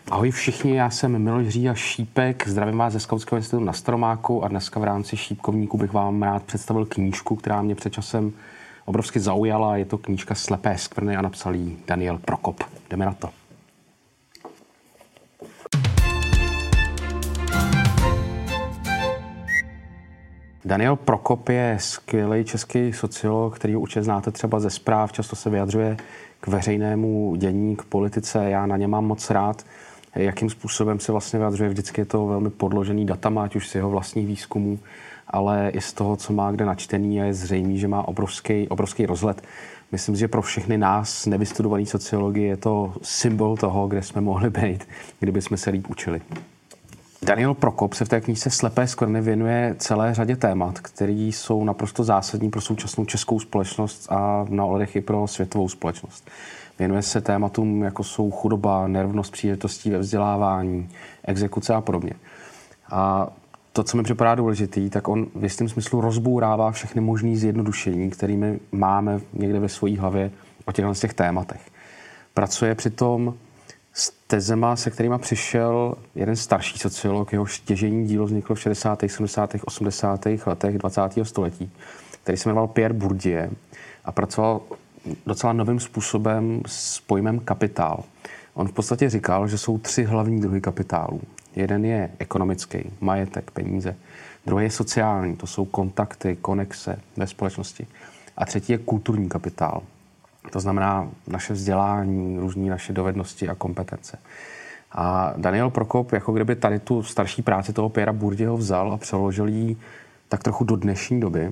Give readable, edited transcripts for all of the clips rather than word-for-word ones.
Ahoj všichni, já jsem Miloš Říha Šípek, zdravím vás ze Skautského institutu na Staromáku a dneska v rámci Šípkovníku bych vám rád představil knížku, která mě před časem obrovsky zaujala. Je to knížka Slepé skvrny a napsal ji Daniel Prokop. Jdeme na to. Daniel Prokop je skvělý český sociolog, který určitě znáte třeba ze zpráv, často se vyjadřuje k veřejnému dění, k politice. Já na ně mám moc rád, jakým způsobem se vlastně vyjadřuje. Vždycky je to velmi podložený datama, ať už z jeho vlastních výzkumů, ale i z toho, co má kde načtený, a je zřejmý, že má obrovský rozhled. Myslím, že pro všechny nás nevystudovaný sociologii je to symbol toho, kde jsme mohli být, kdyby jsme se líp učili. Daniel Prokop se v té knížce Slepé skvrny věnuje celé řadě témat, které jsou naprosto zásadní pro současnou českou společnost a na ohledech i pro světovou společnost. Věnuje se tématům, jako jsou chudoba, nerovnost příležitostí ve vzdělávání, exekuce a podobně. A to, co mi připadá důležitý, tak on v jistém smyslu rozbourává všechny možné zjednodušení, kterými máme někde ve své hlavě o těch tématech. Pracuje přitom s tezema, se kterýma přišel jeden starší sociolog, jeho stěžejní dílo vzniklo v 60., 70., 80. letech 20. století, který se jmenoval Pierre Bourdieu a pracoval docela novým způsobem s pojmem kapitál. On v podstatě říkal, že jsou 3 hlavní druhy kapitálu. Jeden je ekonomický, majetek, peníze. Druhý je sociální, to jsou kontakty, konexe ve společnosti. A třetí je kulturní kapitál. To znamená naše vzdělání, různé naše dovednosti a kompetence. A Daniel Prokop, jako kdyby tady tu starší práci toho Pierra Bourdieuho vzal a přeložil ji tak trochu do dnešní doby,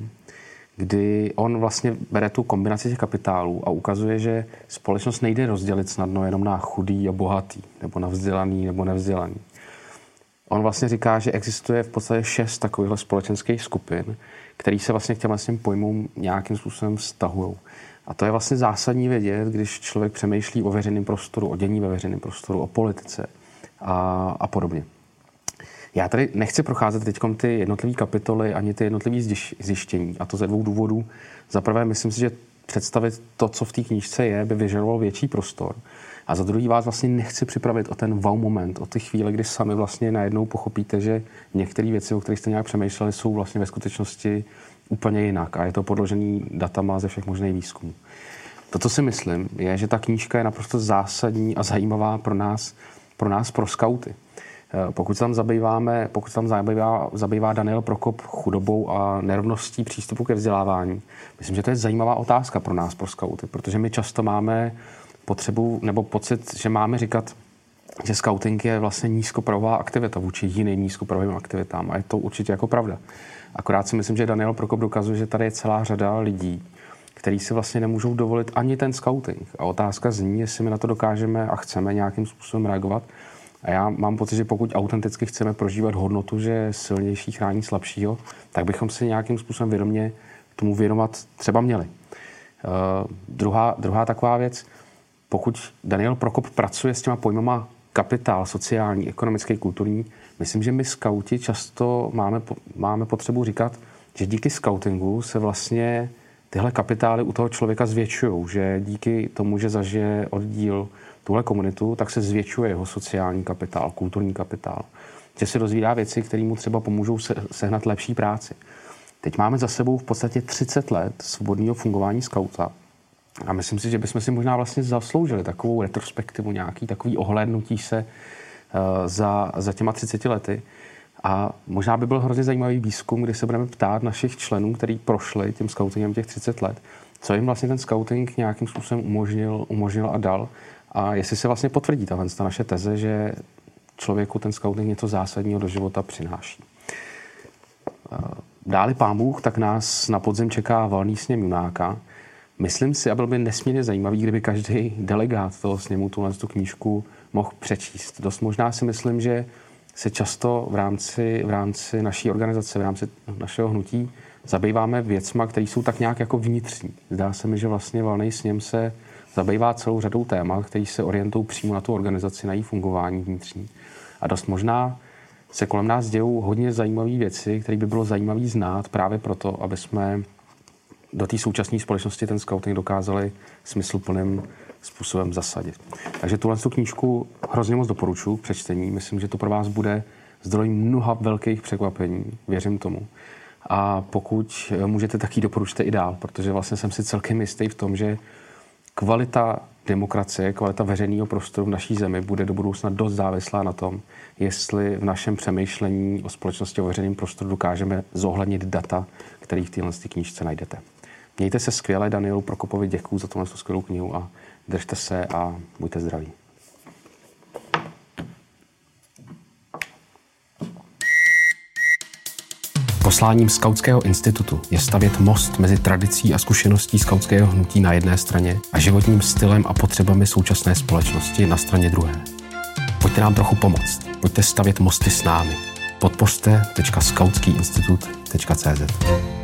kdy on vlastně bere tu kombinaci těch kapitálů a ukazuje, že společnost nejde rozdělit snadno jenom na chudý a bohatý, nebo na vzdělaný nebo nevzdělaný. On vlastně říká, že existuje v podstatě 6 takovýchhle společenských skupin, který se vlastně k těmhle pojmům nějakým způsobem vztahují. A to je vlastně zásadní vědět, když člověk přemýšlí o veřejném prostoru, o dění ve veřejném prostoru, o politice a podobně. Já tady nechci procházet teď ty jednotlivé kapitoly ani ty jednotlivé zjištění, a to ze 2 důvodů. Za prvé, myslím si, že představit to, co v té knížce je, by vyžadovalo větší prostor. A za druhý vás vlastně nechci připravit o ten wow moment, o ty chvíle, kdy sami vlastně najednou pochopíte, že některé věci, o kterých jste nějak přemýšleli, jsou vlastně ve skutečnosti úplně jinak. A je to podložený datama ze všech možných výzkumů. To, co si myslím, je, že ta knížka je naprosto zásadní a zajímavá pro skauty. Pokud se tam zabývá Daniel Prokop chudobou a nerovností přístupu ke vzdělávání, myslím, že to je zajímavá otázka pro nás, pro skauty, protože my často máme potřebu nebo pocit, že máme říkat, že skauting je vlastně nízkopravová aktivita vůči jiným nízkopravovým aktivitám. A je to určitě jako pravda. Akorát si myslím, že Daniel Prokop dokazuje, že tady je celá řada lidí, kteří si vlastně nemůžou dovolit ani ten skauting. A otázka zní, jestli my na to dokážeme a chceme nějakým způsobem reagovat. A já mám pocit, že pokud autenticky chceme prožívat hodnotu, že silnější chrání slabšího, tak bychom si nějakým způsobem vědomě tomu věnovat třeba měli. Druhá taková věc, pokud Daniel Prokop pracuje s těma pojmama kapitál, sociální, ekonomický, kulturní, myslím, že my skauti často máme potřebu říkat, že díky skautingu se vlastně tyhle kapitály u toho člověka zvětšují, že díky tomu, že zažije oddíl tuhle komunitu, tak se zvětšuje jeho sociální kapitál, kulturní kapitál. Že se dozvídá věci, které mu třeba pomůžou sehnat lepší práci. Teď máme za sebou v podstatě 30 let svobodného fungování skauta. A myslím si, že bychom si možná vlastně zasloužili takovou retrospektivu, nějaký takový ohlédnutí se za těma 30 lety. A možná by byl hrozně zajímavý výzkum, kdy se budeme ptát našich členů, kteří prošli tím skautingem těch 30 let, co jim vlastně ten skauting nějakým způsobem umožnil a dal. A jestli se vlastně potvrdí ta naše teze, že člověku ten skauting něco zásadního do života přináší. Dáli pán Bůh, tak nás na podzim čeká valný sněm Junáka. Myslím si, a bylo by nesmírně zajímavý, kdyby každý delegát toho sněmu tu knížku mohl přečíst. Dost možná si myslím, že se často v rámci naší organizace, v rámci našeho hnutí zabýváme věcma, které jsou tak nějak jako vnitřní. Zdá se mi, že vlastně valný sněm se zabývá celou řadou témat, které se orientují přímo na tu organizaci, na její fungování vnitřní. A dost možná se kolem nás dějou hodně zajímavé věci, které by bylo zajímavé znát právě proto, aby jsme do té současné společnosti ten skauting dokázali způsobem zasadit. Takže tuhle knížku hrozně moc doporučuji k přečtení. Myslím, že to pro vás bude zdroj mnoha velkých překvapení, věřím tomu. A pokud můžete, tak ji doporučte i dál, protože vlastně jsem si celkem jistý v tom, že kvalita demokracie, kvalita veřejného prostoru v naší zemi bude do budoucna dost závislá na tom, jestli v našem přemýšlení o společnosti a o veřejném prostoru dokážeme zohlednit data, které v téhle knížce najdete. Mějte se skvěle, Danielu Prokopovi děkuju za tuhle skvělou knihu a držte se a buďte zdraví. Posláním Skautského institutu je stavět most mezi tradicí a zkušeností skautského hnutí na jedné straně a životním stylem a potřebami současné společnosti na straně druhé. Pojďte nám trochu pomoct. Pojďte stavět mosty s námi. Podpořte.skautskiinstitut.cz